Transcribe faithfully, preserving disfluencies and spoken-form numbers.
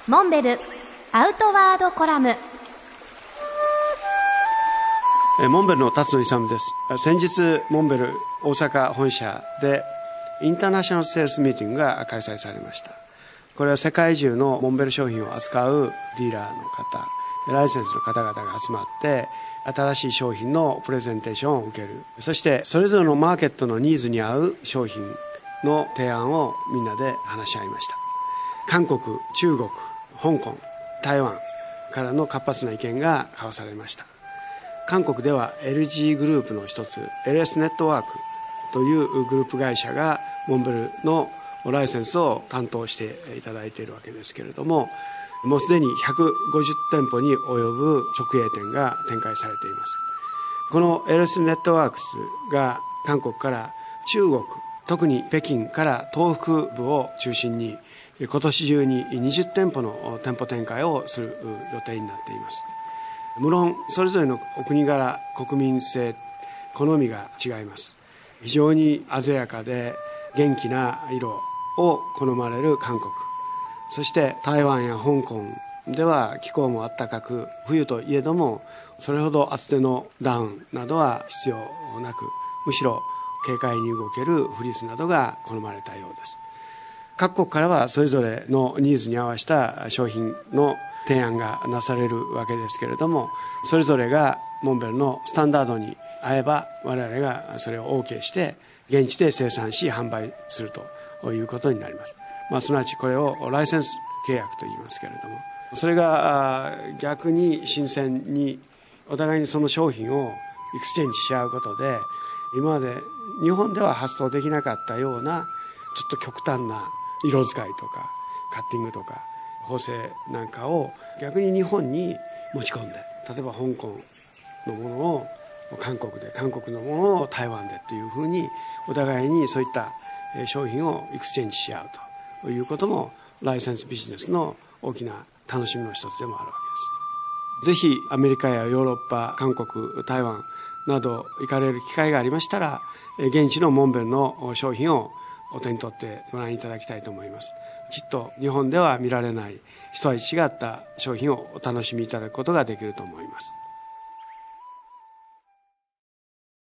モンベルアウトワードコラム。 モンベルの辰野勇です。先日モンベル大阪本社でインターナショナルセールスミーティングが開催されました。これは世界中のモンベル商品を扱うディーラーの方、ライセンスの方々が集まって新しい商品のプレゼンテーションを受ける。そしてそれぞれのマーケットのニーズに合う商品の提案をみんなで話し合いました。韓国、中国、香港、台湾からの活発な意見が交わされました。韓国では エルジー グループの一つ エルエス ネットワークというグループ会社がモンベルのライセンスを担当していただいているわけですけれども、もうすでにひゃくごじゅってんぽに及ぶ直営店が展開されています。この エルエス ネットワークスが韓国から中国、特に北京から東北部を中心に今年中ににじゅってんぽの店舗展開をする予定になっています。無論それぞれのお国柄、国民性、好みが違います。非常に鮮やかで元気な色を好まれる韓国、そして台湾や香港では気候も暖かく、冬といえどもそれほど厚手のダウンなどは必要なく、むしろ軽快に動けるフリースなどが好まれたようです。各国からはそれぞれのニーズに合わせた商品の提案がなされるわけですけれども、それぞれがモンベルのスタンダードに合えば我々がそれを OK して現地で生産し販売するということになります。まあ、すなわちこれをライセンス契約と言いますけれども、それが逆に新鮮にお互いにその商品をエクスチェンジし合うことで、今まで日本では発送できなかったようなちょっと極端な色使いとかカッティングとか縫製なんかを逆に日本に持ち込んで、例えば香港のものを韓国で、韓国のものを台湾でというふうにお互いにそういった商品をエクスチェンジし合うということもライセンスビジネスの大きな楽しみの一つでもあるわけです。ぜひアメリカやヨーロッパ、韓国、台湾など行かれる機会がありましたら、現地のモンベルの商品をお手に取ってご覧いただきたいと思います。きっと日本では見られない一味違った商品をお楽しみいただくことができると思います。